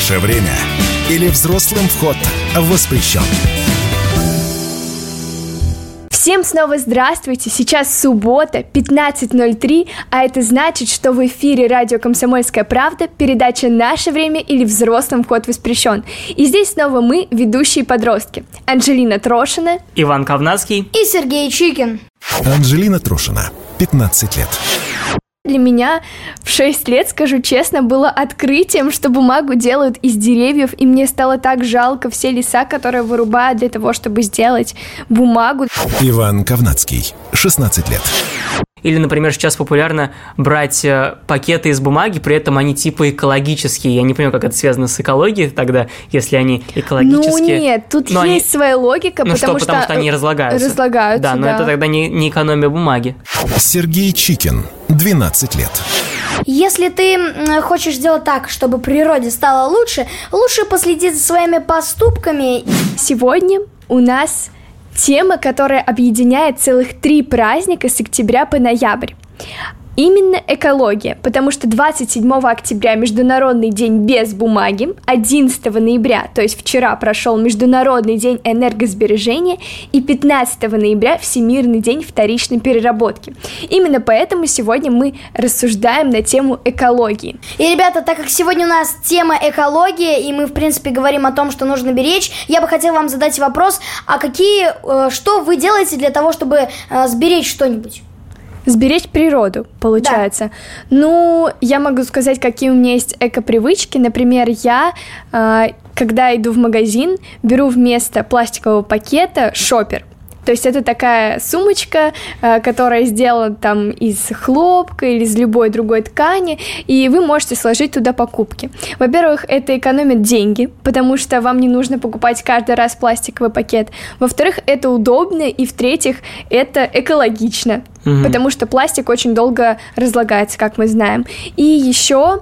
наше время или взрослым вход воспрещен? Всем снова здравствуйте! Сейчас суббота, 15:03, а это значит, что в эфире радио «Комсомольская правда» передача «Наше время» или «Взрослым вход воспрещен». И здесь снова мы, ведущие подростки. Анжелина Трошина, Иван Ковнацкий и Сергей Чикин. Анжелина Трошина, 15 лет. Для меня в 6 лет, скажу честно, было открытием, что бумагу делают из деревьев, и мне стало так жалко все леса, которые вырубают для того, чтобы сделать бумагу. Иван Ковнацкий, 16 лет. Или, например, сейчас популярно брать пакеты из бумаги, при этом они типа экологические. Я не понимаю, как это связано с экологией тогда, если они экологические. Ну нет, тут есть своя логика, потому что они разлагаются. Да, но это тогда не экономия бумаги. Сергей Чикин, 12 лет. Если ты хочешь сделать так, чтобы природе стало лучше последить за своими поступками. Сегодня у нас тема, которая объединяет целых 3 праздника с октября по ноябрь. Именно экология, потому что 27 октября Международный день без бумаги, 11 ноября, то есть вчера, прошел Международный день энергосбережения, и 15 ноября Всемирный день вторичной переработки. Именно поэтому сегодня мы рассуждаем на тему экологии. И, ребята, так как сегодня у нас тема экология, и мы, в принципе, говорим о том, что нужно беречь, я бы хотела вам задать вопрос, что вы делаете для того, чтобы сберечь что-нибудь? Сберечь природу, получается. Да. Ну, я могу сказать, какие у меня есть эко-привычки. Например, я, когда иду в магазин, беру вместо пластикового пакета шоппер. То есть это такая сумочка, которая сделана там из хлопка или из любой другой ткани, и вы можете сложить туда покупки. Во-первых, это экономит деньги, потому что вам не нужно покупать каждый раз пластиковый пакет. Во-вторых, это удобно, и в-третьих, это экологично, потому что пластик очень долго разлагается, как мы знаем. И еще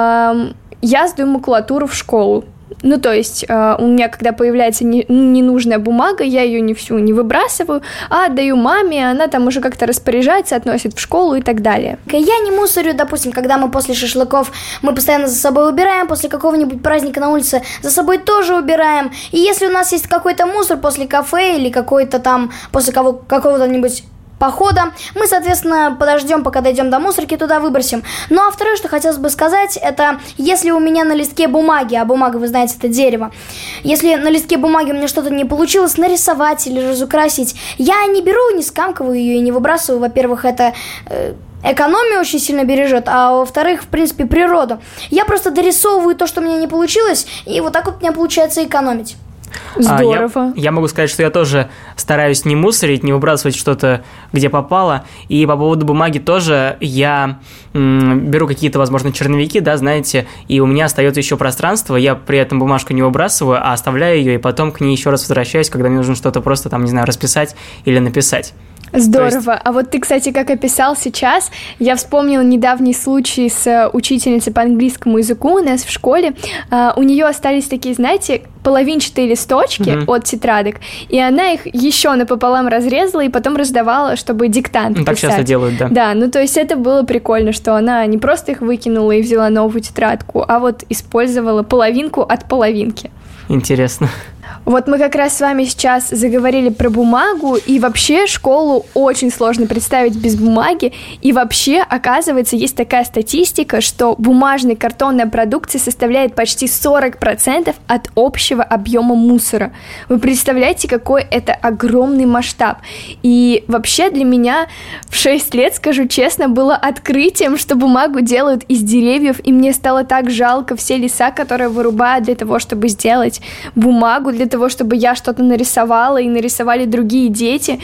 я сдаю макулатуру в школу. Ну, то есть у меня, когда появляется ненужная бумага, я ее не выбрасываю, а отдаю маме, она там уже как-то распоряжается, относит в школу и так далее. Я не мусорю, допустим, когда мы после шашлыков, мы постоянно за собой убираем, после какого-нибудь праздника на улице за собой тоже убираем. И если у нас есть какой-то мусор после кафе или какой-то там, после какого-то-нибудь похода, мы, соответственно, подождем, пока дойдем до мусорки, туда выбросим. Ну, а второе, что хотелось бы сказать, это если у меня на листке бумаги, а бумага, вы знаете, это дерево, если на листке бумаги у меня что-то не получилось нарисовать или разукрасить, я не беру, не скамкиваю ее и не выбрасываю. Во-первых, это экономию очень сильно бережет, а во-вторых, в принципе, природу. Я просто дорисовываю то, что у меня не получилось, и вот так вот у меня получается экономить. Здорово. Я могу сказать, что я тоже стараюсь не мусорить, не выбрасывать что-то, где попало. И по поводу бумаги тоже я беру какие-то, возможно, черновики, да, знаете, и у меня остается еще пространство, я при этом бумажку не выбрасываю, а оставляю ее, и потом к ней еще раз возвращаюсь, когда мне нужно что-то просто там, не знаю, расписать или написать. Здорово. А вот ты, кстати, как описал сейчас, я вспомнила недавний случай с учительницей по английскому языку у нас в школе. У нее остались такие, знаете, половинчатые листочки от тетрадок, и она их еще напополам разрезала и потом раздавала, чтобы диктант писать. Так часто делают, да. Да, ну то есть это было прикольно, что она не просто их выкинула и взяла новую тетрадку, а вот использовала половинку от половинки. Интересно. Вот мы как раз с вами сейчас заговорили про бумагу, и вообще школу очень сложно представить без бумаги, и вообще, оказывается, есть такая статистика, что бумажная картонная продукция составляет почти 40% от общего объема мусора. Вы представляете, какой это огромный масштаб? И вообще для меня в 6 лет, скажу честно, было открытием, что бумагу делают из деревьев, и мне стало так жалко все леса, которые вырубают для того, чтобы сделать бумагу, для того, чтобы я что-то нарисовала и нарисовали другие дети.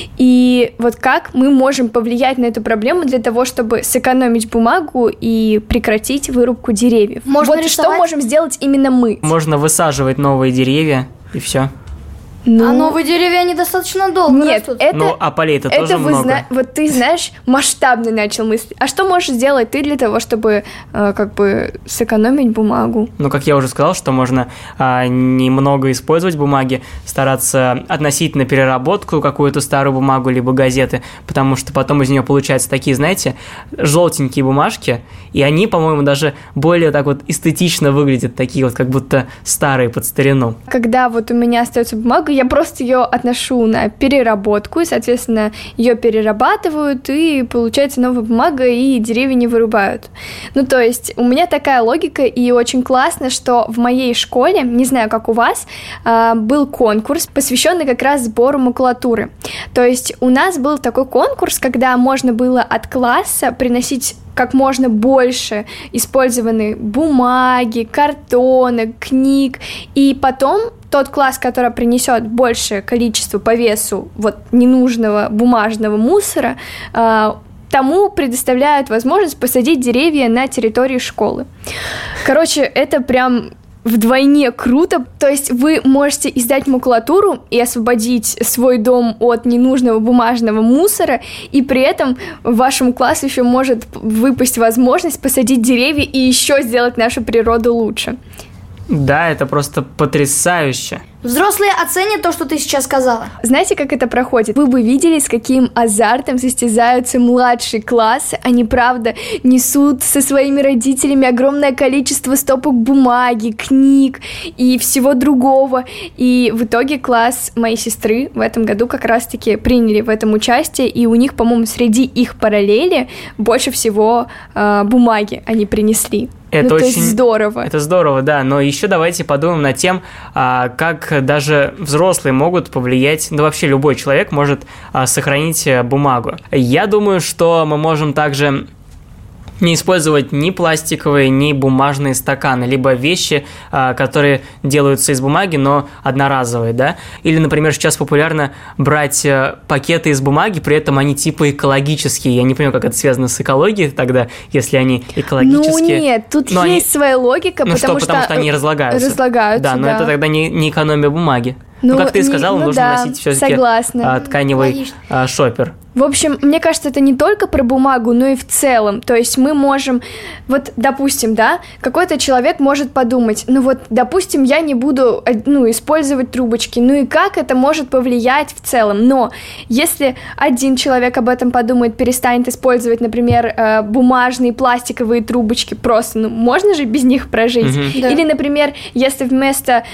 И вот как мы можем повлиять на эту проблему для того, чтобы сэкономить бумагу и прекратить вырубку деревьев? Можно вот рисовать... что можем сделать именно мы? Можно высаживать новые деревья, и все. Ну, А новые деревья, они достаточно долго нет, растут. это... Ну, а полей-то тоже много. Вот ты знаешь, масштабно начал мыслить. А что можешь сделать ты для того, чтобы как бы сэкономить бумагу? Ну, как я уже сказал, что можно немного использовать бумаги, стараться относить на переработку какую-то старую бумагу либо газеты, потому что потом из нее получаются такие, знаете, желтенькие бумажки, и они, по-моему, даже более так вот эстетично выглядят, такие вот как будто старые под старину. Когда вот у меня остается бумага, я просто ее отношу на переработку, и, соответственно, ее перерабатывают, и получается новая бумага, и деревья не вырубают. Ну, то есть у меня такая логика, и очень классно, что в моей школе, не знаю, как у вас, был конкурс, посвященный как раз сбору макулатуры. То есть у нас был такой конкурс, когда можно было от класса приносить как можно больше использованной бумаги, картона, книг, и потом тот класс, который принесет большее количество по весу вот ненужного бумажного мусора, тому предоставляют возможность посадить деревья на территории школы. Короче, это прям вдвойне круто. То есть вы можете издать макулатуру и освободить свой дом от ненужного бумажного мусора, и при этом вашему классу еще может выпасть возможность посадить деревья и еще сделать нашу природу лучше. Да, это просто потрясающе. Взрослые оценят то, что ты сейчас сказала. Знаете, как это проходит? Вы бы видели, с каким азартом состязаются младшие классы. Они, правда, несут со своими родителями огромное количество стопок бумаги, книг и всего другого. И в итоге класс моей сестры в этом году как раз-таки приняли в этом участие, и у них, по-моему, среди их параллели больше всего бумаги они принесли. Это очень очень здорово. Это здорово, да. Но еще давайте подумаем над тем, как даже взрослые могут повлиять, да вообще любой человек может сохранить бумагу. Я думаю, что мы можем также не использовать ни пластиковые, ни бумажные стаканы, либо вещи, которые делаются из бумаги, но одноразовые, да? Или, например, сейчас популярно брать пакеты из бумаги, при этом они типа экологические. Я не понимаю, как это связано с экологией тогда, если они экологические. Ну нет, тут есть своя логика, потому что они разлагаются. Разлагаются, но это тогда не экономия бумаги. Ну, как ты сказала, нужно носить все-таки тканевый шопер. В общем, мне кажется, это не только про бумагу, но и в целом. То есть мы можем, вот, допустим, да, какой-то человек может подумать, ну вот, допустим, я не буду, использовать трубочки, ну и как это может повлиять в целом? Но если один человек об этом подумает, перестанет использовать, например, бумажные, пластиковые трубочки, просто, можно же без них прожить. Mm-hmm. Или, например, если вместо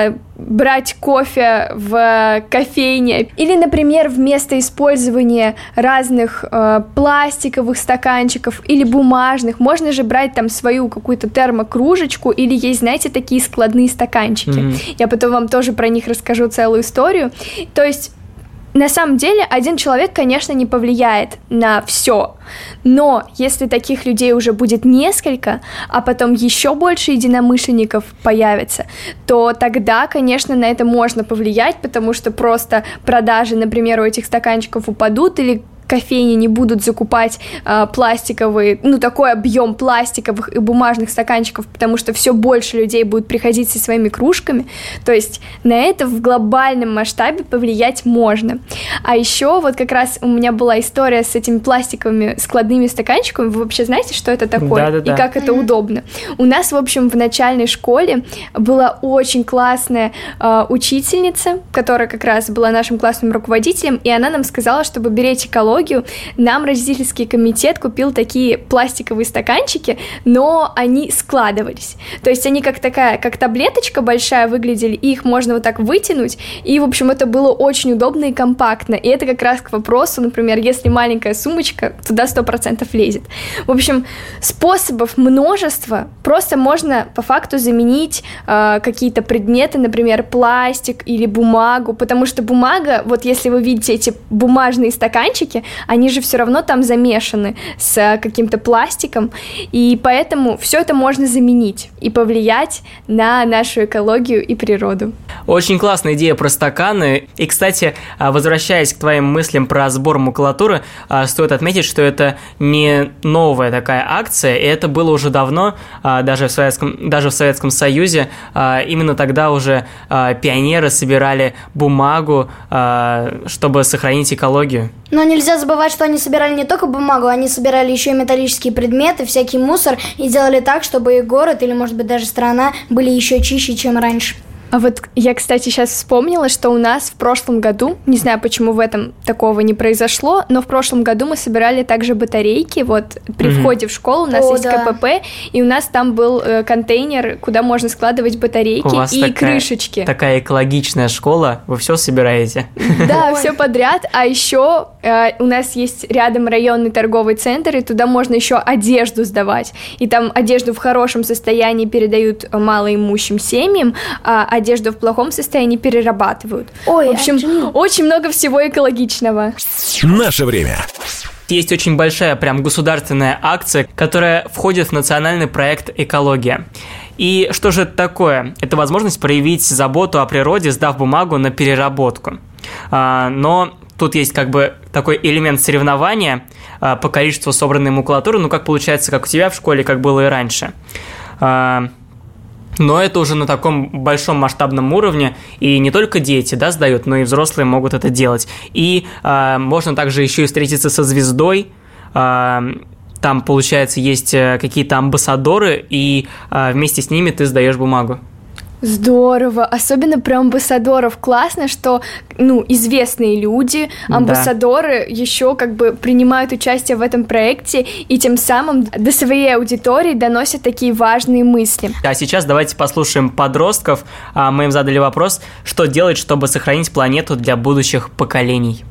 брать кофе в кофейне, или, например, вместо использования разных пластиковых стаканчиков или бумажных, можно же брать там свою какую-то термокружечку, или есть, знаете, такие складные стаканчики. Mm-hmm. Я потом вам тоже про них расскажу целую историю. То есть на самом деле один человек, конечно, не повлияет на все, но если таких людей уже будет несколько, а потом еще больше единомышленников появится, то тогда, конечно, на это можно повлиять, потому что просто продажи, например, у этих стаканчиков упадут, или кофейни не будут закупать пластиковые, такой объем пластиковых и бумажных стаканчиков, потому что все больше людей будут приходить со своими кружками. То есть на это в глобальном масштабе повлиять можно. А еще вот как раз у меня была история с этими пластиковыми складными стаканчиками. Вы вообще знаете, что это такое? Да-да-да. И как это удобно? У нас, в общем, в начальной школе была очень классная учительница, которая как раз была нашим классным руководителем, и она нам сказала, чтобы беречь экологию, нам родительский комитет купил такие пластиковые стаканчики, но они складывались. То есть они как таблеточка большая выглядели, и их можно вот так вытянуть, и, в общем, это было очень удобно и компактно. И это как раз к вопросу, например, если маленькая сумочка, туда 100% лезет. В общем, способов множество, просто можно по факту заменить какие-то предметы, например, пластик или бумагу, потому что бумага, вот если вы видите эти бумажные стаканчики, они же все равно там замешаны с каким-то пластиком, и поэтому все это можно заменить и повлиять на нашу экологию и природу. Очень классная идея про стаканы. И, кстати, возвращаясь к твоим мыслям про сбор макулатуры, стоит отметить, что это не новая такая акция, и это было уже давно, даже в Советском Союзе. Именно тогда уже пионеры собирали бумагу, чтобы сохранить экологию. Но нельзя забывать, что они собирали не только бумагу, они собирали еще и металлические предметы, всякий мусор, и делали так, чтобы и город, или, может быть, даже страна были еще чище, чем раньше. А вот я, кстати, сейчас вспомнила, что у нас в прошлом году, не знаю, почему в этом такого не произошло, но в прошлом году мы собирали также батарейки, вот при входе в школу у нас есть КПП, и у нас там был контейнер, куда можно складывать батарейки у вас и крышечки. Такая экологичная школа, вы все собираете? Да, все подряд, а еще у нас есть рядом районный торговый центр, и туда можно еще одежду сдавать, и там одежду в хорошем состоянии передают малоимущим семьям, а одежду в плохом состоянии перерабатывают. Ой, в общем, очень много всего экологичного. Наше время. Есть очень большая прям государственная акция, которая входит в национальный проект «Экология». И что же это такое? Это возможность проявить заботу о природе, сдав бумагу на переработку. Но тут есть как бы такой элемент соревнования по количеству собранной макулатуры, ну как получается, как у тебя в школе, как было и раньше. Но это уже на таком большом масштабном уровне, и не только дети, да, сдают, но и взрослые могут это делать. И можно также еще и встретиться со звездой. Там, получается, есть какие-то амбассадоры, и вместе с ними ты сдаешь бумагу. Здорово, особенно про амбассадоров классно, что, известные люди, амбассадоры еще как бы принимают участие в этом проекте и тем самым до своей аудитории доносят такие важные мысли. А сейчас давайте послушаем подростков. Мы им задали вопрос, что делать, чтобы сохранить планету для будущих поколений.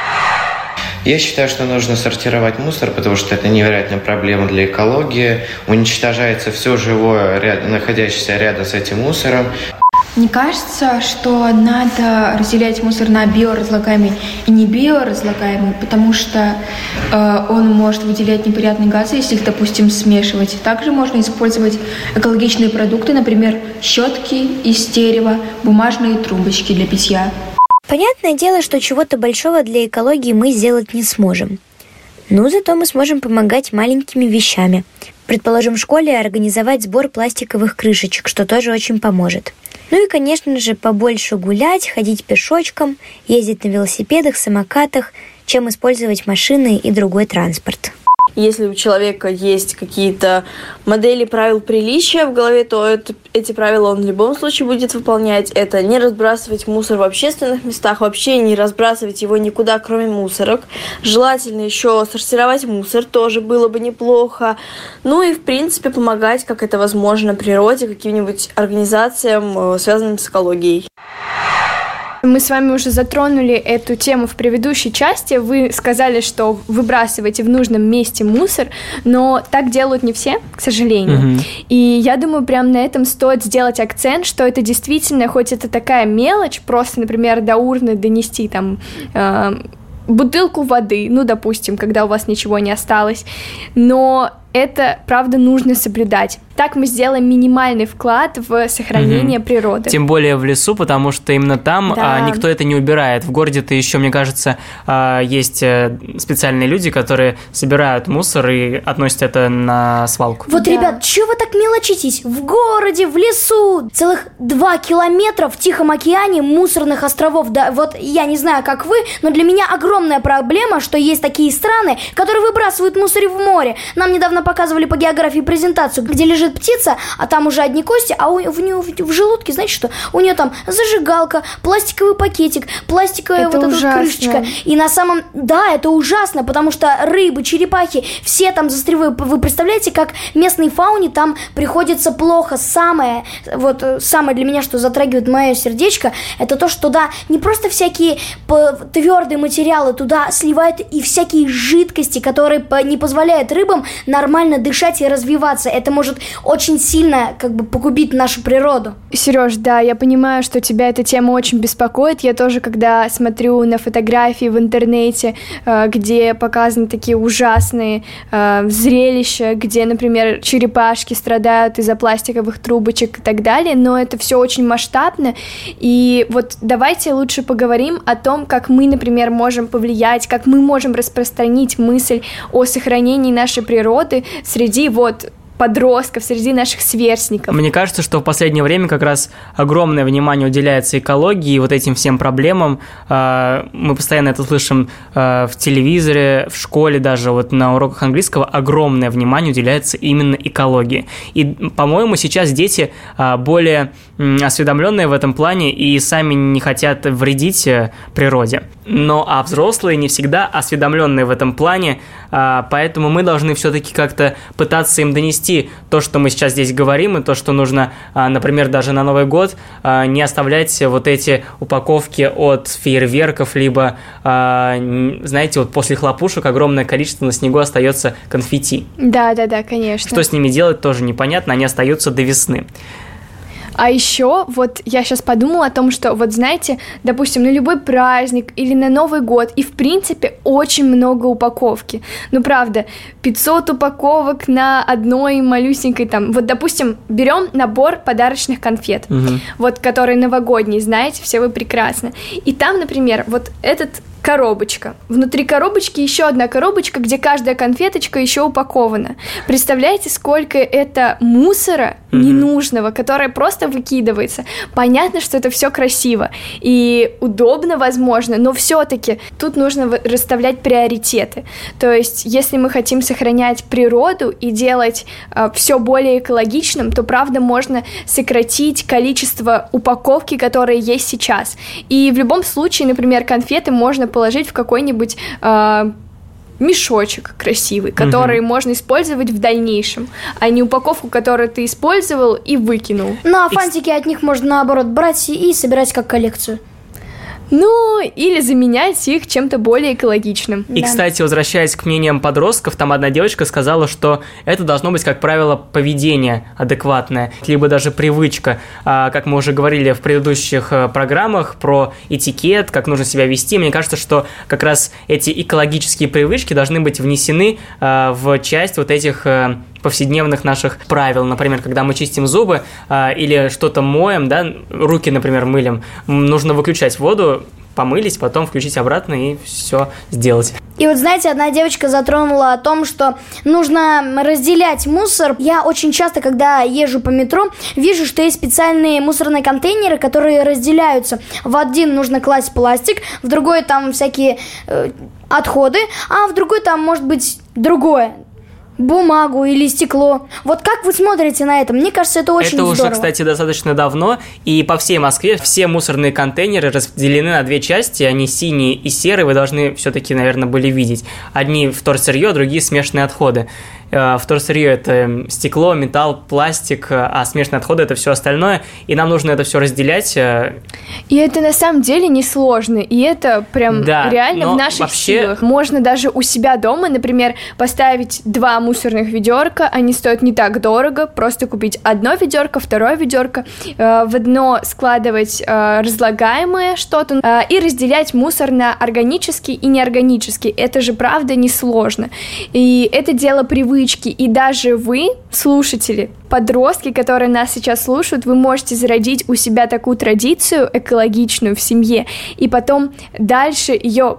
Я считаю, что нужно сортировать мусор, потому что это невероятная проблема для экологии. Уничтожается все живое, находящееся рядом с этим мусором. Мне кажется, что надо разделять мусор на биоразлагаемый и не биоразлагаемый, потому что он может выделять неприятные газы, если их, допустим, смешивать. Также можно использовать экологичные продукты, например, щетки из дерева, бумажные трубочки для питья. Понятное дело, что чего-то большого для экологии мы сделать не сможем. Но зато мы сможем помогать маленькими вещами. Предположим, в школе организовать сбор пластиковых крышечек, что тоже очень поможет. Ну и, конечно же, побольше гулять, ходить пешочком, ездить на велосипедах, самокатах, чем использовать машины и другой транспорт. Если у человека есть какие-то модели правил приличия в голове, то эти правила он в любом случае будет выполнять. Это не разбрасывать мусор в общественных местах, вообще не разбрасывать его никуда, кроме мусорок. Желательно еще сортировать мусор, тоже было бы неплохо. Ну и, в принципе, помогать, как это возможно, природе, каким-нибудь организациям, связанным с экологией. Мы с вами уже затронули эту тему в предыдущей части. Вы сказали, что выбрасываете в нужном месте мусор, но так делают не все, к сожалению. И я думаю, прям на этом стоит сделать акцент, что это действительно, хоть это такая мелочь, просто, например, до урны донести там бутылку воды, допустим, когда у вас ничего не осталось, но это, правда, нужно соблюдать. Так мы сделаем минимальный вклад в сохранение природы. Тем более в лесу, потому что именно там никто это не убирает. В городе-то еще, мне кажется, есть специальные люди, которые собирают мусор и относят это на свалку. Вот, ребят, чего вы так мелочитесь? В городе, в лесу целых 2 километра в Тихом океане мусорных островов. Да, вот я не знаю, как вы, но для меня огромная проблема, что есть такие страны, которые выбрасывают мусор в море. Нам недавно показывали по географии презентацию, где лежит птица, а там уже одни кости, а у нее в желудке, знаете что? У нее там зажигалка, пластиковый пакетик, пластиковая вот эта крышечка. И на самом... Да, это ужасно, потому что рыбы, черепахи, все там застревают. Вы представляете, как местной фауне там приходится плохо. Самое для меня, что затрагивает мое сердечко, это то, что туда не просто всякие твердые материалы, туда сливают и всякие жидкости, которые не позволяют рыбам нормально дышать и развиваться. Это может очень сильно как бы погубить нашу природу. Сереж, да, я понимаю, что тебя эта тема очень беспокоит. Я тоже, когда смотрю на фотографии в интернете, где показаны такие ужасные зрелища, где, например, черепашки страдают из-за пластиковых трубочек и так далее, но это все очень масштабно. И вот давайте лучше поговорим о том, как мы, например, можем повлиять, как мы можем распространить мысль о сохранении нашей природы среди подростков, среди наших сверстников. Мне кажется, что в последнее время как раз огромное внимание уделяется экологии и вот этим всем проблемам. Мы постоянно это слышим в телевизоре, в школе, даже вот на уроках английского огромное внимание уделяется именно экологии. И, по-моему, сейчас дети более осведомленные в этом плане и сами не хотят вредить природе. А взрослые не всегда осведомленные в этом плане, поэтому мы должны все-таки как-то пытаться им донести то, что мы сейчас здесь говорим, и то, что нужно, например, даже на Новый год не оставлять вот эти упаковки от фейерверков, либо, знаете, вот после хлопушек огромное количество на снегу остается конфетти. Да, конечно. Что с ними делать, тоже непонятно, они остаются до весны. А еще вот я сейчас подумала о том, что вот знаете, допустим, на любой праздник или на Новый год, и в принципе очень много упаковки. Правда, 500 упаковок на одной малюсенькой вот, допустим, берем набор подарочных конфет, вот, которые новогодние, знаете, все вы прекрасно. И там, например, вот этот коробочка. Внутри коробочки еще одна коробочка, где каждая конфеточка еще упакована. Представляете, сколько это мусора ненужного, которое просто выкидывается. Понятно, что это все красиво и удобно, возможно, но все-таки тут нужно расставлять приоритеты. То есть, если мы хотим сохранять природу и делать все более экологичным, то, правда, можно сократить количество упаковки, которые есть сейчас. И в любом случае, например, конфеты можно положить в какой-нибудь мешочек красивый, который можно использовать в дальнейшем, а не упаковку, которую ты использовал и выкинул. А фантики от них можно, наоборот, брать и собирать как коллекцию. Или заменять их чем-то более экологичным. И, кстати, возвращаясь к мнениям подростков, там одна девочка сказала, что это должно быть, как правило, поведение адекватное, либо даже привычка. Как мы уже говорили в предыдущих программах про этикет, как нужно себя вести, мне кажется, что как раз эти экологические привычки должны быть внесены в часть вот этих повседневных наших правил. Например, когда мы чистим зубы или что-то моем, руки, например, мылим, нужно выключать воду, помылись, потом включить обратно и все сделать. И вот, знаете, одна девочка затронула о том, что нужно разделять мусор. Я очень часто, когда езжу по метро, вижу, что есть специальные мусорные контейнеры, которые разделяются. В один нужно класть пластик, в другой там всякие отходы, а в другой там может быть другое. Бумагу или стекло. Вот как вы смотрите на это? Мне кажется, это очень здорово. Это уже, кстати, достаточно давно, и по всей Москве все мусорные контейнеры разделены на две части, они синие и серые, вы должны все-таки, наверное, были видеть. Одни вторсырье, другие смешанные отходы. Вторсырье – это стекло, металл, пластик, а смешанные отходы – это все остальное, и нам нужно это все разделять. И это на самом деле несложно, и это прям реально в наших силах. Можно даже у себя дома, например, поставить 2 мусорных ведерка, они стоят не так дорого, просто купить одно ведерко, второе ведерко, в одно складывать разлагаемое что-то и разделять мусор на органический и неорганический. Это же правда несложно. И это дело привычки. И даже вы, слушатели, подростки, которые нас сейчас слушают, вы можете зародить у себя такую традицию экологичную в семье и потом дальше ее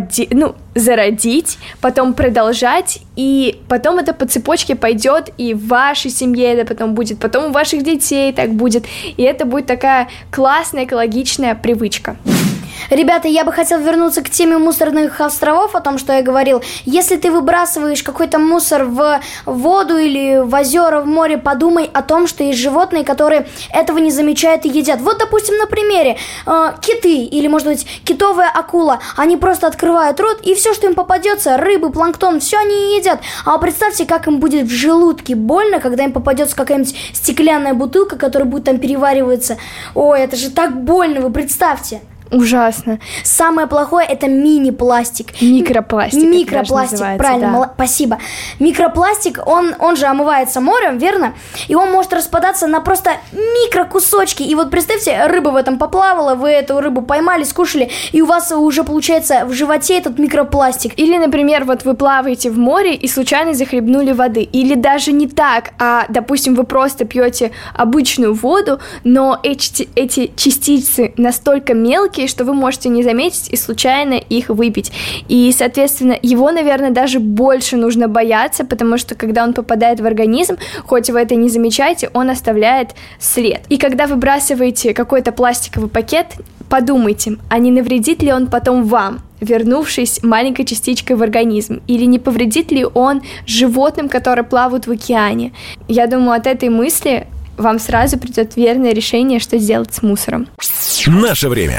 зародить, потом продолжать, и потом это по цепочке пойдет, и в вашей семье это потом будет, потом у ваших детей так будет, и это будет такая классная экологичная привычка. Ребята, я бы хотел вернуться к теме мусорных островов, о том, что я говорил. Если ты выбрасываешь какой-то мусор в воду или в озера, в море, подумай о том, что есть животные, которые этого не замечают и едят. Вот, допустим, на примере киты или, может быть, китовая акула. Они просто открывают рот, и все, что им попадется, рыбы, планктон, все они едят. А представьте, как им будет в желудке больно, когда им попадется какая-нибудь стеклянная бутылка, которая будет там перевариваться. Ой, это же так больно, вы представьте. Ужасно. Самое плохое – это мини-пластик. Микропластик, правильно, да. Спасибо. Микропластик, он же омывается морем, верно? И он может распадаться на просто микрокусочки. И вот представьте, рыба в этом поплавала, вы эту рыбу поймали, скушали, и у вас уже получается в животе этот микропластик. Или, например, вот вы плаваете в море и случайно захлебнули воды. Или даже не так, а, допустим, вы просто пьете обычную воду, но эти частицы настолько мелкие, что вы можете не заметить и случайно их выпить. И, соответственно, его, наверное, даже больше нужно бояться, потому что, когда он попадает в организм, хоть вы это не замечаете, он оставляет след. И когда выбрасываете какой-то пластиковый пакет, подумайте, а не навредит ли он потом вам, вернувшись маленькой частичкой в организм, или не повредит ли он животным, которые плавают в океане. Я думаю, от этой мысли вам сразу придет верное решение, что сделать с мусором. Наше время.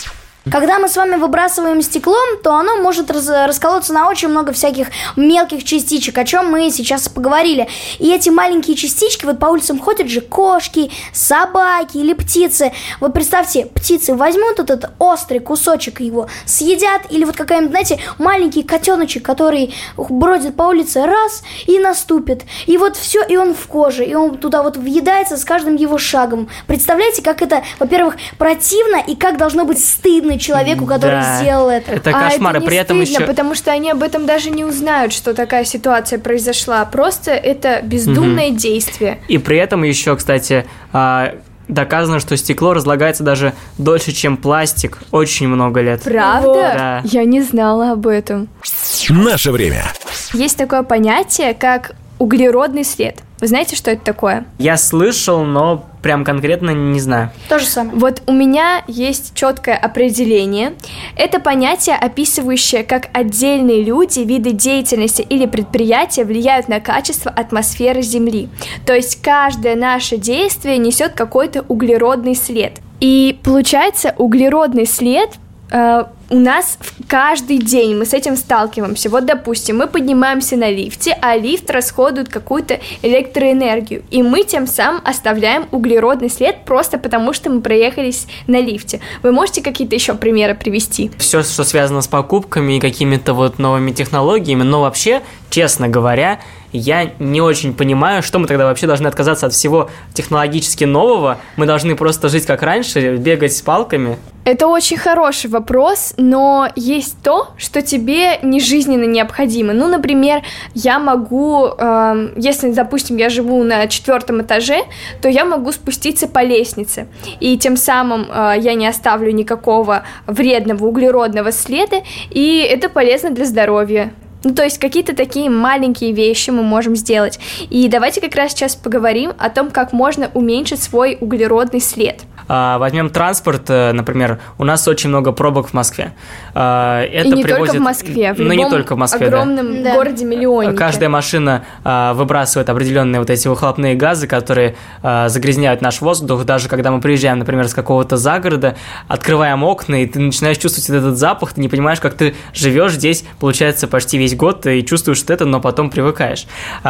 Когда мы с вами выбрасываем стеклом, то оно может расколоться на очень много всяких мелких частичек, о чем мы сейчас поговорили. И эти маленькие частички, вот по улицам ходят же кошки, собаки или птицы. Вот представьте, птицы возьмут этот острый кусочек, его съедят, или вот какая-нибудь, знаете, маленький котеночек, который бродит по улице, раз, и наступит. И вот все, и он в коже, и он туда вот въедается с каждым его шагом. Представляете, как это, во-первых, противно, и как должно быть стыдно человеку, который сделал это. Это кошмар, это и при этом стыдно, еще... потому что они об этом даже не узнают, что такая ситуация произошла. Просто это бездумное действие. И при этом еще, кстати, доказано, что стекло разлагается даже дольше, чем пластик. Очень много лет. Правда? Да. Я не знала об этом. Наше время. Есть такое понятие, как углеродный след. Вы знаете, что это такое? Я слышал, но прям конкретно не знаю. То же самое. Вот у меня есть четкое определение. Это понятие, описывающее, как отдельные люди, виды деятельности или предприятия влияют на качество атмосферы Земли. То есть каждое наше действие несет какой-то углеродный след. И получается, углеродный след у нас каждый день мы с этим сталкиваемся. Вот, допустим, мы поднимаемся на лифте, а лифт расходует какую-то электроэнергию, и мы тем самым оставляем углеродный след просто потому, что мы проехались на лифте. Вы можете какие-то еще примеры привести? Все, что связано с покупками и какими-то вот новыми технологиями, но вообще, честно говоря, я не очень понимаю, что мы тогда вообще должны отказаться от всего технологически нового. Мы должны просто жить как раньше, бегать с палками. Это очень хороший вопрос, но есть то, что тебе не жизненно необходимо. Ну, например, я могу, если, допустим, я живу на 4 этаже, то я могу спуститься по лестнице, и тем самым я не оставлю никакого вредного углеродного следа, и это полезно для здоровья. Ну, то есть какие-то такие маленькие вещи мы можем сделать. И давайте как раз сейчас поговорим о том, как можно уменьшить свой углеродный след. Возьмем транспорт, например, у нас очень много пробок в Москве. Это и не только в Москве, в любом не только в Москве, огромном городе-миллионнике. Каждая машина выбрасывает определенные вот эти выхлопные газы, которые загрязняют наш воздух. Даже когда мы приезжаем, например, с какого-то загорода, открываем окна, и ты начинаешь чувствовать этот запах, ты не понимаешь, как ты живешь здесь, получается, почти весь год, и чувствуешь это, но потом привыкаешь.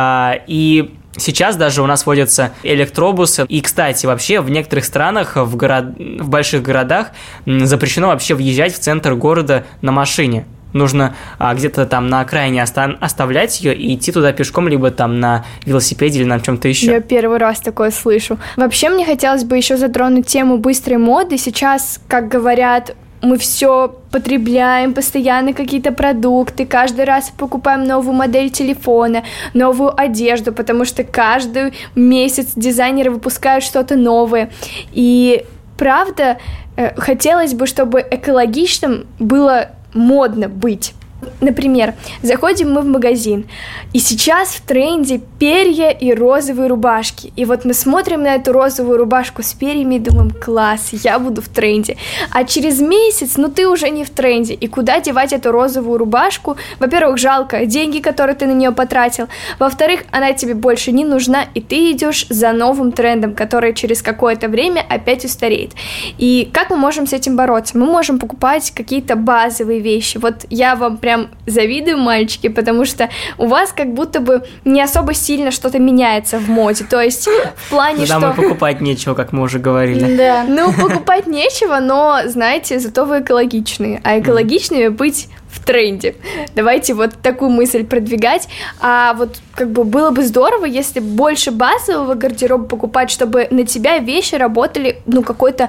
И сейчас даже у нас водятся электробусы. И, кстати, вообще в некоторых странах, в больших городах запрещено вообще въезжать в центр города на машине. Нужно где-то там на окраине оставлять ее и идти туда пешком, либо там на велосипеде или на чем-то еще. Я первый раз такое слышу. Вообще, мне хотелось бы еще затронуть тему быстрой моды. Сейчас, как говорят, мы все потребляем, постоянно какие-то продукты, каждый раз покупаем новую модель телефона, новую одежду, потому что каждый месяц дизайнеры выпускают что-то новое. И правда, хотелось бы, чтобы экологичным было модно быть. Например, заходим мы в магазин, и сейчас в тренде перья и розовые рубашки. И вот мы смотрим на эту розовую рубашку с перьями и думаем: класс, я буду в тренде. А через месяц, ты уже не в тренде. И куда девать эту розовую рубашку? Во-первых, жалко деньги, которые ты на нее потратил. Во-вторых, она тебе больше не нужна, и ты идешь за новым трендом, который через какое-то время опять устареет. И как мы можем с этим бороться? Мы можем покупать какие-то базовые вещи. Вот я вам прям завидую, мальчики, потому что у вас как будто бы не особо сильно что-то меняется в моде, то есть в плане, что... Нам и покупать нечего, как мы уже говорили. Да. Ну, покупать нечего, но, знаете, зато вы экологичные, а экологичными быть в тренде. Давайте вот такую мысль продвигать. А вот как бы было бы здорово, если больше базового гардероба покупать, чтобы на тебя вещи работали, ну, какой-то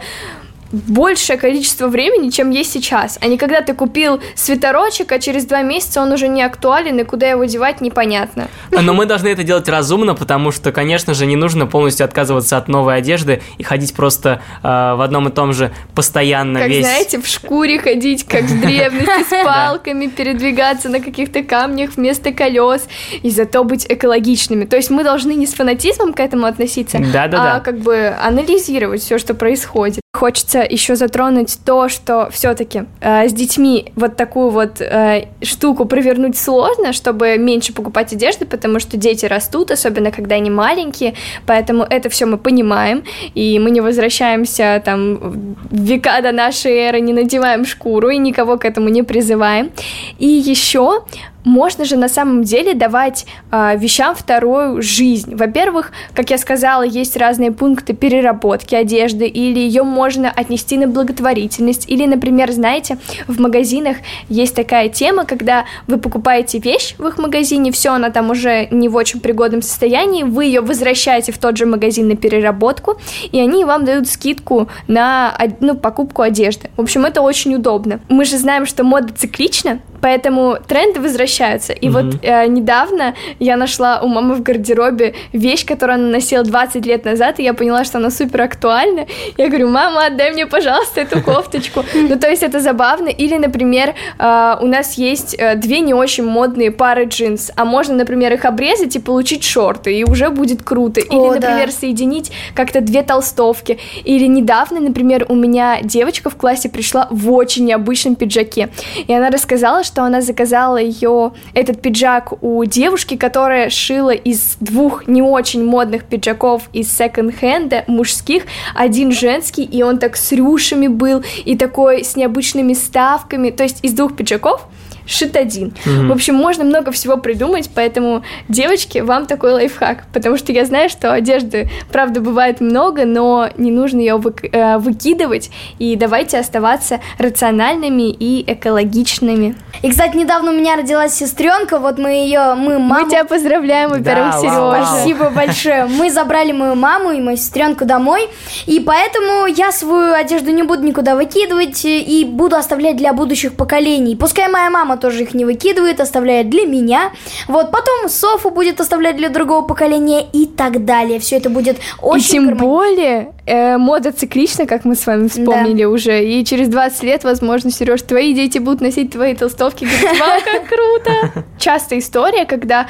большее количество времени, чем есть сейчас. А не когда ты купил свитерочек, а через 2 месяца он уже не актуален, и куда его девать, непонятно. Но мы должны это делать разумно, потому что, конечно же, не нужно полностью отказываться от новой одежды и ходить просто в одном и том же постоянно как, весь... знаете, в шкуре ходить, как в древности, с палками, передвигаться на каких-то камнях вместо колес, и зато быть экологичными. То есть мы должны не с фанатизмом к этому относиться, а как бы анализировать все, что происходит. Хочется еще затронуть то, что все-таки с детьми вот такую вот штуку провернуть сложно, чтобы меньше покупать одежды, потому что дети растут, особенно когда они маленькие, поэтому это все мы понимаем, и мы не возвращаемся там в века до нашей эры, не надеваем шкуру и никого к этому не призываем. И еще можно же на самом деле давать вещам вторую жизнь. Во-первых, как я сказала, есть разные пункты переработки одежды, или ее можно отнести на благотворительность, или, например, знаете, в магазинах есть такая тема, когда вы покупаете вещь в их магазине, все, она там уже не в очень пригодном состоянии, вы ее возвращаете в тот же магазин на переработку, и они вам дают скидку на покупку одежды. В общем, это очень удобно. Мы же знаем, что мода циклична, поэтому тренды возвращаются. И вот недавно я нашла у мамы в гардеробе вещь, которую она носила 20 лет назад, и я поняла, что она супер актуальна. Я говорю: мама, отдай мне, пожалуйста, эту кофточку. Ну, то есть это забавно. Или, например, у нас есть 2 не очень модные пары джинс, а можно, например, их обрезать и получить шорты, и уже будет круто. Или, например, соединить как-то 2 толстовки. Или недавно, например, у меня девочка в классе пришла в очень необычном пиджаке, и она рассказала, что она заказала этот пиджак у девушки, которая шила из 2 не очень модных пиджаков из секонд-хенда мужских, один женский, и он так с рюшами был, и такой с необычными вставками, то есть из 2 пиджаков шит один. В общем, можно много всего придумать, поэтому, девочки, вам такой лайфхак, потому что я знаю, что одежды, правда, бывает много, но не нужно ее выкидывать, и давайте оставаться рациональными и экологичными. И, кстати, недавно у меня родилась сестренка, вот мы маму... Мы тебя поздравляем, во-первых, Сережа. Спасибо большое. Мы забрали мою маму и мою сестренку домой, и поэтому я свою одежду не буду никуда выкидывать и буду оставлять для будущих поколений. Пускай моя мама тоже их не выкидывает, оставляет для меня. Вот, потом Софа будет оставлять для другого поколения и так далее. Все это будет очень... И тем более мода циклична, как мы с вами вспомнили уже. И через 20 лет, возможно, Сереж, твои дети будут носить твои толстовки. Говорят: вау, как круто! Частая история, когда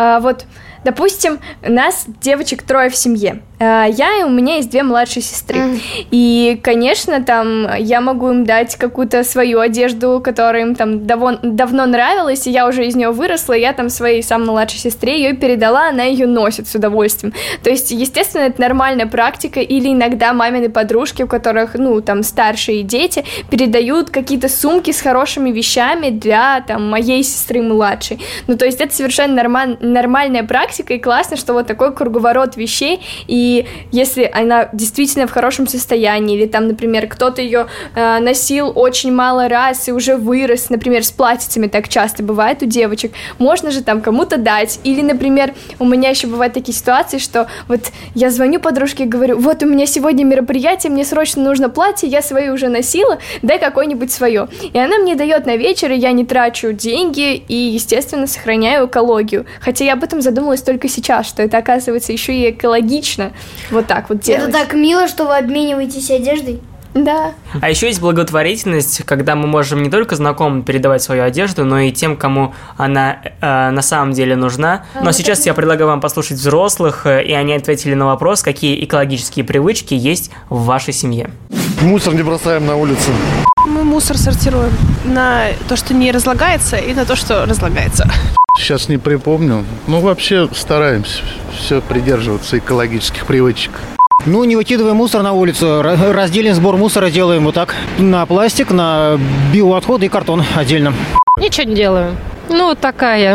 допустим, нас девочек 3 в семье. Я и у меня есть 2 младшие сестры. И, конечно, там я могу им дать какую-то свою одежду, которая им там давно нравилась, и я уже из нее выросла, и я там своей самой младшей сестре ее передала, она ее носит с удовольствием. То есть, естественно, это нормальная практика, или иногда мамины подружки, у которых, там старшие дети, передают какие-то сумки с хорошими вещами для, там, моей сестры младшей. Ну, то есть, это совершенно нормальная практика, и классно, что вот такой круговорот вещей, и если она действительно в хорошем состоянии, или там, например, кто-то ее носил очень мало раз и уже вырос, например, с платьицами так часто бывает у девочек, можно же там кому-то дать. Или, например, у меня еще бывают такие ситуации, что вот я звоню подружке и говорю: вот у меня сегодня мероприятие, мне срочно нужно платье, я свои уже носила, дай какое-нибудь свое. И она мне дает на вечер, и я не трачу деньги и, естественно, сохраняю экологию. Хотя я об этом задумалась только сейчас, что это, оказывается, еще и экологично. Вот так вот делать. Это так мило, что вы обмениваетесь одеждой. Да. А еще есть благотворительность, когда мы можем не только знакомым передавать свою одежду, но и тем, кому она на самом деле нужна. Но сейчас я предлагаю вам послушать взрослых, и они ответили на вопрос, какие экологические привычки есть в вашей семье. Мусор не бросаем на улице. Мы мусор сортируем на то, что не разлагается, и на то, что разлагается. Сейчас не припомню. Вообще стараемся все придерживаться экологических привычек. Не выкидываем мусор на улицу, раздельный сбор мусора делаем вот так. На пластик, на биоотходы и картон отдельно. Ничего не делаю. Ну, вот такая.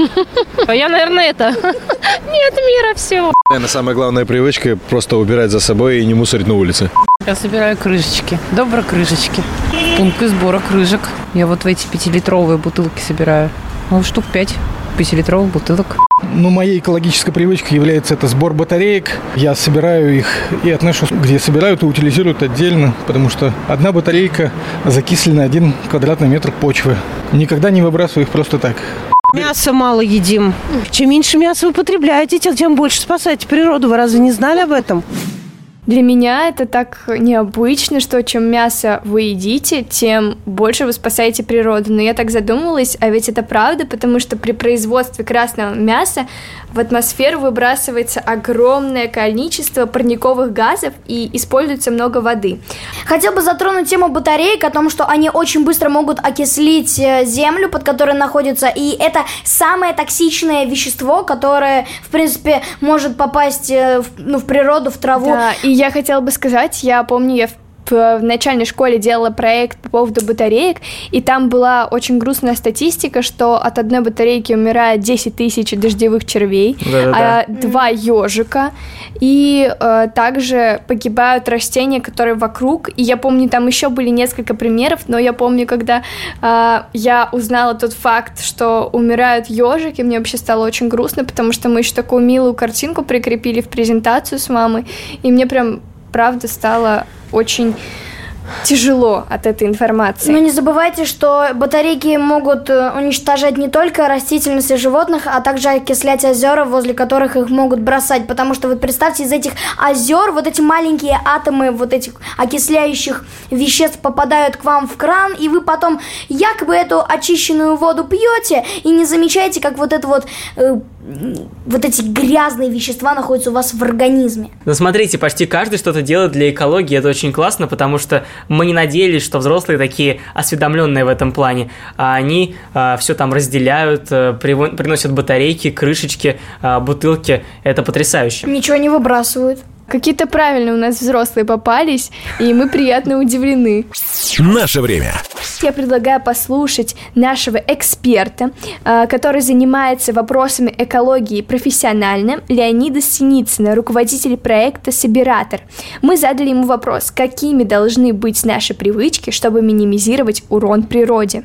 Я, наверное, это. Нет мира, все. Наверное, самая главная привычка – просто убирать за собой и не мусорить на улице. Я собираю крышечки. Добро крышечки. Пункты сбора крышек. Я вот в эти 5-литровые бутылки собираю. Ну, штук 5 5-литровых бутылок. Ну, моей экологической привычкой является это сбор батареек. Я собираю их и отношу, где собирают и утилизируют отдельно, потому что одна батарейка закислена 1 квадратный метр почвы. Никогда не выбрасываю их просто так. Мясо мало едим. Чем меньше мяса вы потребляете, тем больше спасаете природу. Вы разве не знали об этом? Для меня это так необычно, что чем мясо вы едите, тем больше вы спасаете природу. Но я так задумалась, а ведь это правда, потому что при производстве красного мяса в атмосферу выбрасывается огромное количество парниковых газов и используется много воды. Хотел бы затронуть тему батареек, о том, что они очень быстро могут окислить землю, под которой находятся, и это самое токсичное вещество, которое, в принципе, может попасть в природу, в траву. Да, и я хотела бы сказать, я помню, я в начальной школе делала проект по поводу батареек, и там была очень грустная статистика, что от одной батарейки умирает 10 тысяч дождевых червей, 2 ежика, и также погибают растения, которые вокруг. И я помню, там еще были несколько примеров, но я помню, когда я узнала тот факт, что умирают ежики, мне вообще стало очень грустно, потому что мы еще такую милую картинку прикрепили в презентацию с мамой, и мне прям правда стало очень тяжело от этой информации. Но не забывайте, что батарейки могут уничтожать не только растительность и животных, а также окислять озера, возле которых их могут бросать. Потому что вот представьте, из этих озер вот эти маленькие атомы вот этих окисляющих веществ попадают к вам в кран, и вы потом якобы эту очищенную воду пьете и не замечаете, как вот это вот эти грязные вещества находятся у вас в организме. Ну, смотрите, почти каждый что-то делает для экологии, это очень классно, потому что мы не надеялись, что взрослые такие осведомленные в этом плане, а они все там разделяют, приносят батарейки, крышечки, бутылки, это потрясающе. Ничего не выбрасывают. Какие-то правильные у нас взрослые попались, и мы приятно удивлены. Наше время. Я предлагаю послушать нашего эксперта, который занимается вопросами экологии профессионально, Леонида Синицына, руководитель проекта «Собиратор». Мы задали ему вопрос, какими должны быть наши привычки, чтобы минимизировать урон природе.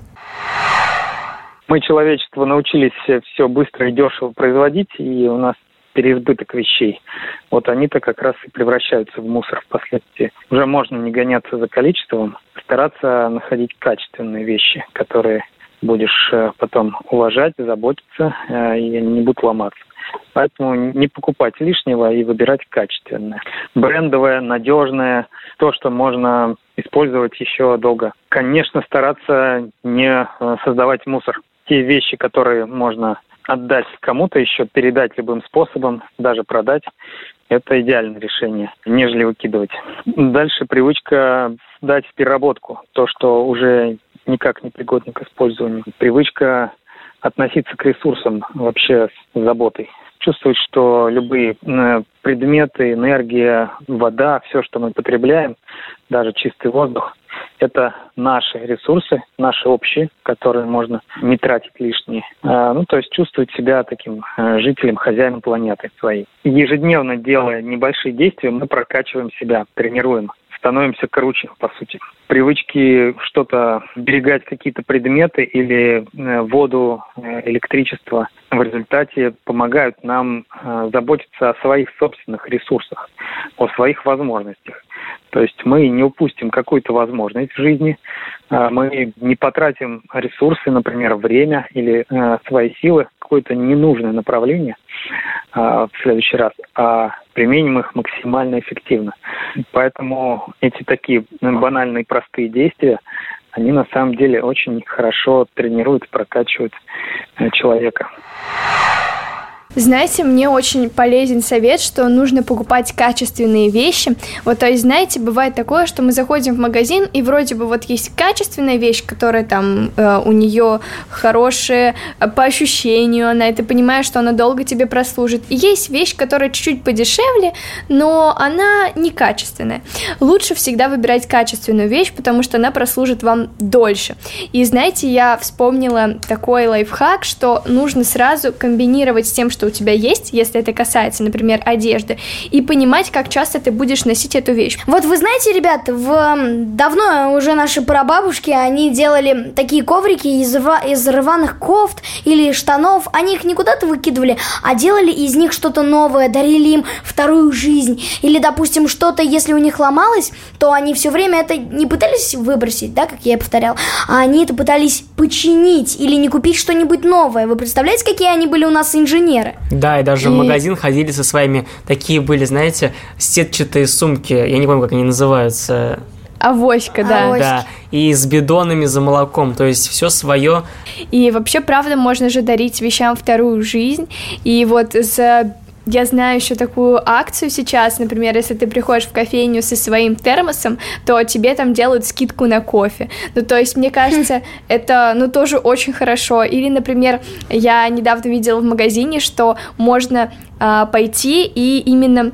Мы, человечество, научились все быстро и дешево производить, и у нас переизбыток вещей. Вот они-то как раз и превращаются в мусор впоследствии. Уже можно не гоняться за количеством, стараться находить качественные вещи, которые будешь потом уважать, заботиться, и они не будут ломаться. Поэтому не покупать лишнего и выбирать качественное. Брендовое, надежное, то, что можно использовать еще долго. Конечно, стараться не создавать мусор. Те вещи, которые можно отдать кому-то еще, передать любым способом, даже продать, это идеальное решение, нежели выкидывать. Дальше привычка дать в переработку то, что уже никак не пригодно к использованию. Привычка относиться к ресурсам вообще с заботой. Чувствовать, что любые предметы, энергия, вода, все, что мы потребляем, даже чистый воздух, это наши ресурсы, наши общие, которые можно не тратить лишние. То есть чувствовать себя таким жителем, хозяином планеты своей. Ежедневно делая небольшие действия, мы прокачиваем себя, тренируем, становимся круче, по сути. Привычки что-то берегать, какие-то предметы или воду, электричество в результате помогают нам заботиться о своих собственных ресурсах, о своих возможностях. То есть мы не упустим какую-то возможность в жизни, мы не потратим ресурсы, например, время или свои силы в какое-то ненужное направление в следующий раз, а применим их максимально эффективно. Поэтому эти такие банальные простые действия, они на самом деле очень хорошо тренируют, прокачивают человека. Знаете, мне очень полезен совет, что нужно покупать качественные вещи. Вот, то есть, знаете, бывает такое, что мы заходим в магазин, и вроде бы вот есть качественная вещь, которая там у нее хорошая по ощущению, ты понимаешь, что она долго тебе прослужит. И есть вещь, которая чуть-чуть подешевле, но она некачественная. Лучше всегда выбирать качественную вещь, потому что она прослужит вам дольше. И знаете, я вспомнила такой лайфхак, что нужно сразу комбинировать с тем, что у тебя есть, если это касается, например, одежды, и понимать, как часто ты будешь носить эту вещь. Вот вы знаете, ребят, давно уже наши прабабушки, они делали такие коврики из рваных кофт или штанов, они их не куда-то выкидывали, а делали из них что-то новое, дарили им вторую жизнь. Или, допустим, что-то, если у них ломалось, то они все время это не пытались выбросить, да, как я и повторял, а они это пытались починить или не купить что-нибудь новое. Вы представляете, какие они были у нас инженеры? Да, и даже в магазин ходили со своими, такие были, знаете, сетчатые сумки, я не помню, как они называются. Авоська, да. Да, и с бидонами за молоком, то есть все свое. И вообще, правда, можно же дарить вещам вторую жизнь, и вот я знаю еще такую акцию сейчас, например, если ты приходишь в кофейню со своим термосом, то тебе там делают скидку на кофе. Ну, то есть, мне кажется, это, тоже очень хорошо. Или, например, я недавно видела в магазине, что можно пойти и именно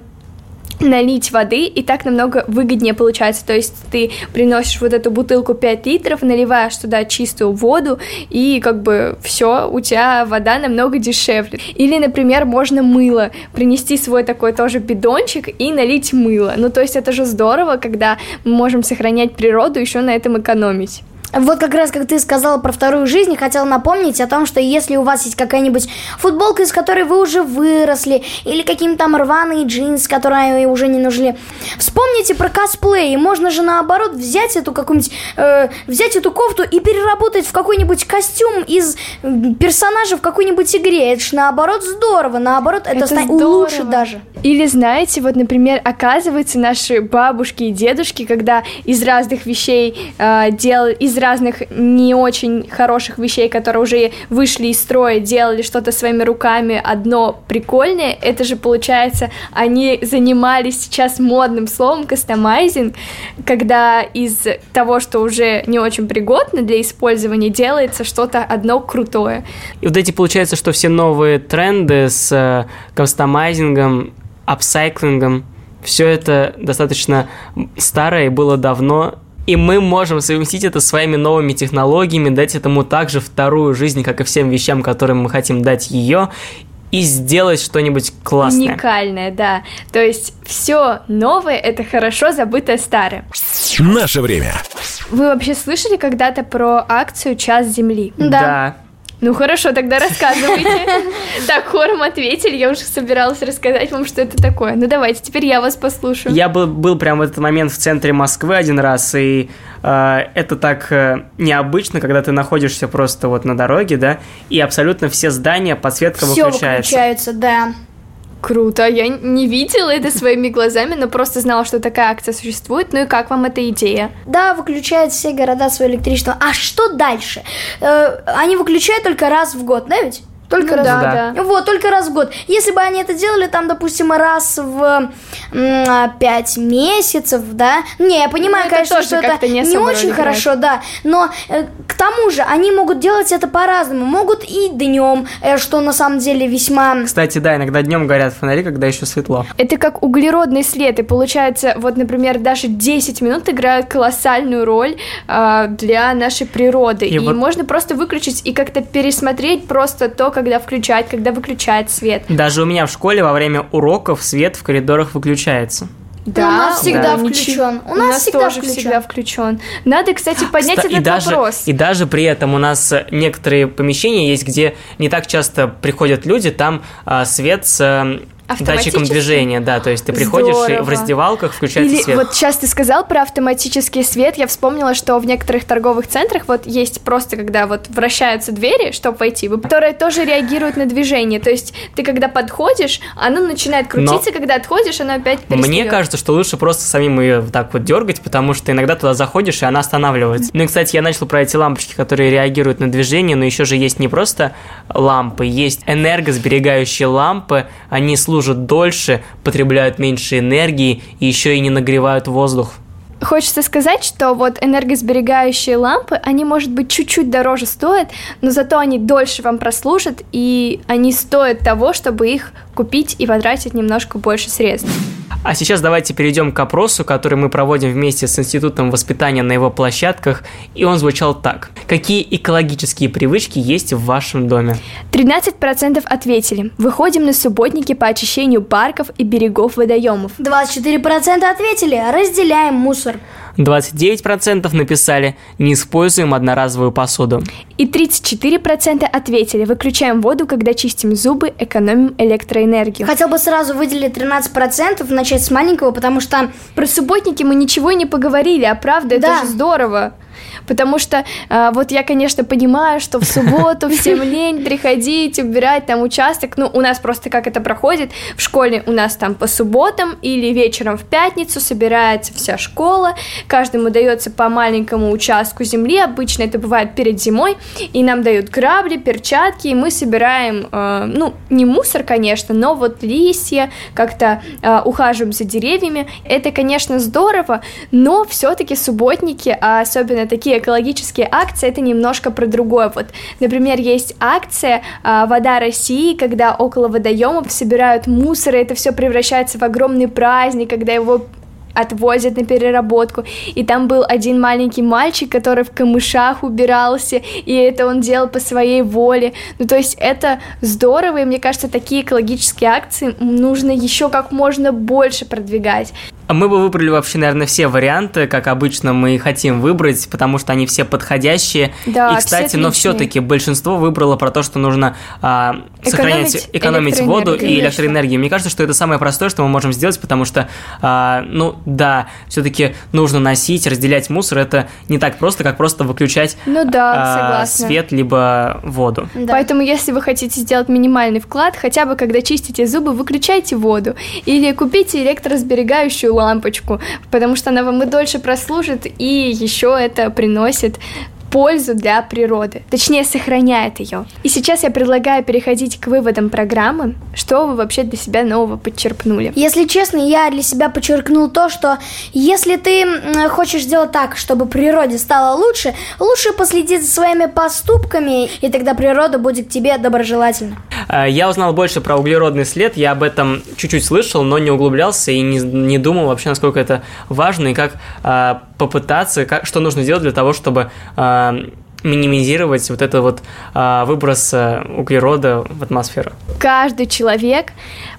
налить воды, и так намного выгоднее получается. То есть ты приносишь вот эту бутылку 5 литров, наливаешь туда чистую воду, и как бы все, у тебя вода намного дешевле. Или, например, можно мыло принести свой такой тоже бидончик и налить мыло. Ну, то есть это же здорово, когда мы можем сохранять природу, еще на этом экономить. Вот как раз, как ты сказала про вторую жизнь, хотела напомнить о том, что если у вас есть какая-нибудь футболка, из которой вы уже выросли, или какие-то там рваные джинсы, которые уже не нужны, вспомните про косплей, и можно же наоборот взять эту какую-нибудь, взять эту кофту и переработать в какой-нибудь костюм из персонажа в какой-нибудь игре. Это же наоборот здорово, наоборот это улучшит даже. Или знаете, вот, например, оказывается, наши бабушки и дедушки, когда из разных вещей делали, из разных не очень хороших вещей, которые уже вышли из строя, делали что-то своими руками, одно прикольное, это же, получается, они занимались сейчас модным словом кастомайзинг, когда из того, что уже не очень пригодно для использования, делается что-то одно крутое. И вот эти, получается, что все новые тренды с кастомайзингом, апсайклингом, все это достаточно старое и было давно, и мы можем совместить это с своими новыми технологиями, дать этому также вторую жизнь, как и всем вещам, которым мы хотим дать ее, и сделать что-нибудь классное. Уникальное, да. То есть все новое – это хорошо забытое старое. Наше время. Вы вообще слышали когда-то про акцию «Час Земли»? Да. Ну хорошо, тогда рассказывайте. Так, хором ответили, я уже собиралась рассказать вам, что это такое. Ну давайте, теперь я вас послушаю. Я был прямо в этот момент в центре Москвы один раз, и это так необычно, когда ты находишься просто вот на дороге, да, и абсолютно все здания, подсветка выключается. Все выключается, да. Круто, я не видела это своими глазами, но просто знала, что такая акция существует. Ну и как вам эта идея? Да, выключают все города свое электричество. А что дальше? Они выключают только раз в год, да ведь? Только раз, да. Вот, только раз в год. Если бы они это делали, там, допустим, раз в 5 месяцев, да. Не, я понимаю, конечно, что это не очень хорошо, да. Но к тому же они могут делать это по-разному. Могут и днем, что на самом деле весьма... Кстати, да, иногда днем горят фонари, когда еще светло. Это как углеродный след. И получается, вот, например, даже 10 минут играют колоссальную роль для нашей природы. И вот... можно просто выключить и как-то пересмотреть просто то, когда включать, когда выключать свет. Даже у меня в школе во время уроков свет в коридорах выключается. Да, у нас всегда включен. У нас всегда включен. Надо, кстати, поднять этот вопрос. И даже при этом у нас некоторые помещения есть, где не так часто приходят люди, там свет с датчиком движения, да, то есть ты приходишь и в раздевалках включается Или свет. Вот сейчас ты сказал про автоматический свет, я вспомнила, что в некоторых торговых центрах вот есть просто, когда вот вращаются двери, чтобы войти, которые тоже реагируют на движение, то есть ты когда подходишь, оно начинает крутиться, когда отходишь, оно опять перестает. Мне кажется, что лучше просто самим ее так вот дергать, потому что иногда туда заходишь, и она останавливается. Ну и, кстати, я начал про эти лампочки, которые реагируют на движение, но еще же есть не просто лампы, есть энергосберегающие лампы, они служат дольше, потребляют меньше энергии и еще и не нагревают воздух. Хочется сказать, что вот энергосберегающие лампы, они, может быть, чуть-чуть дороже стоят, но зато они дольше вам прослужат, и они стоят того, чтобы их купить и потратить немножко больше средств. А сейчас давайте перейдем к опросу, который мы проводим вместе с Институтом воспитания на его площадках, и он звучал так. Какие экологические привычки есть в вашем доме? 13% ответили. Выходим на субботники по очищению парков и берегов водоемов. 24% ответили. Разделяем мусор. 29% написали «Не используем одноразовую посуду». И 34% ответили «Выключаем воду, когда чистим зубы, экономим электроэнергию». Хотел бы сразу выделить 13%, начать с маленького, потому что... Про субботники мы ничего не поговорили, а правда, это же здорово. Потому что вот я, конечно, понимаю, что в субботу всем лень приходить, убирать там участок. Ну, у нас просто как это проходит. В школе у нас там по субботам или вечером в пятницу собирается вся школа. Каждому дается по маленькому участку земли. Обычно это бывает перед зимой. И нам дают грабли, перчатки, и мы собираем, ну, не мусор, конечно, но вот листья, как-то ухаживаем за деревьями. Это, конечно, здорово, но все-таки субботники, а особенно такие экологические акции, это немножко про другое. Вот, например, есть акция «Вода России», когда около водоемов собирают мусор, и это все превращается в огромный праздник, когда его отвозят на переработку, и там был один маленький мальчик, который в камышах убирался, и это он делал по своей воле. Ну, то есть это здорово, и мне кажется, такие экологические акции нужно еще как можно больше продвигать. Мы бы выбрали вообще, наверное, все варианты, как обычно мы хотим выбрать, потому что они все подходящие. Да, и, кстати, но все-таки большинство выбрало про то, что нужно экономить воду и электроэнергию. Мне кажется, что это самое простое, что мы можем сделать, потому что, ну да, все-таки нужно носить, разделять мусор. Это не так просто, как просто выключать свет либо воду. Да. Поэтому, если вы хотите сделать минимальный вклад, хотя бы когда чистите зубы, выключайте воду или купите электросберегающую лампочку, потому что она вам и дольше прослужит, и еще это приносит пользу для природы, точнее, сохраняет ее. И сейчас я предлагаю переходить к выводам программы, что вы вообще для себя нового подчерпнули. Если честно, я для себя подчеркнул то, что если ты хочешь сделать так, чтобы природе стало лучше, лучше последить за своими поступками, и тогда природа будет к тебе доброжелательна. Я узнал больше про углеродный след, я об этом чуть-чуть слышал, но не углублялся и не думал вообще, насколько это важно, и как попытаться, что нужно сделать для того, чтобы минимизировать вот это вот выброс углерода в атмосферу. Каждый человек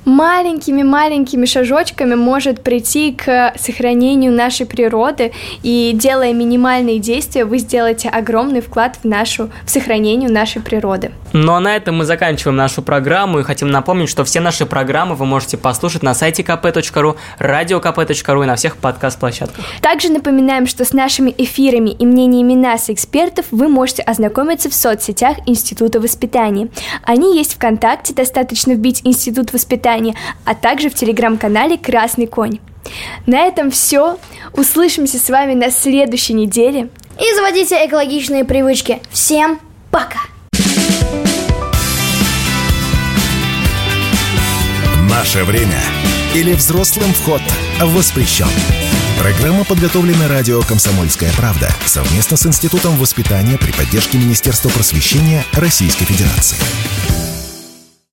маленькими шажочками может прийти к сохранению нашей природы, и делая минимальные действия, вы сделаете огромный вклад в сохранение нашей природы. Ну а на этом мы заканчиваем нашу программу и хотим напомнить, что все наши программы вы можете послушать на сайте kp.ru, radiokp.ru и на всех подкаст-площадках. Также напоминаем, что с нашими эфирами и мнениями нас, экспертов, вы можете ознакомиться в соцсетях Института воспитания. Они есть ВКонтакте, достаточно вбить Институт воспитания, а также в телеграм-канале «Красный конь». На этом все. Услышимся с вами на следующей неделе. И заводите экологичные привычки. Всем пока! Наше время или взрослым вход воспрещен. Программа подготовлена радио «Комсомольская правда» совместно с Институтом воспитания при поддержке Министерства просвещения Российской Федерации.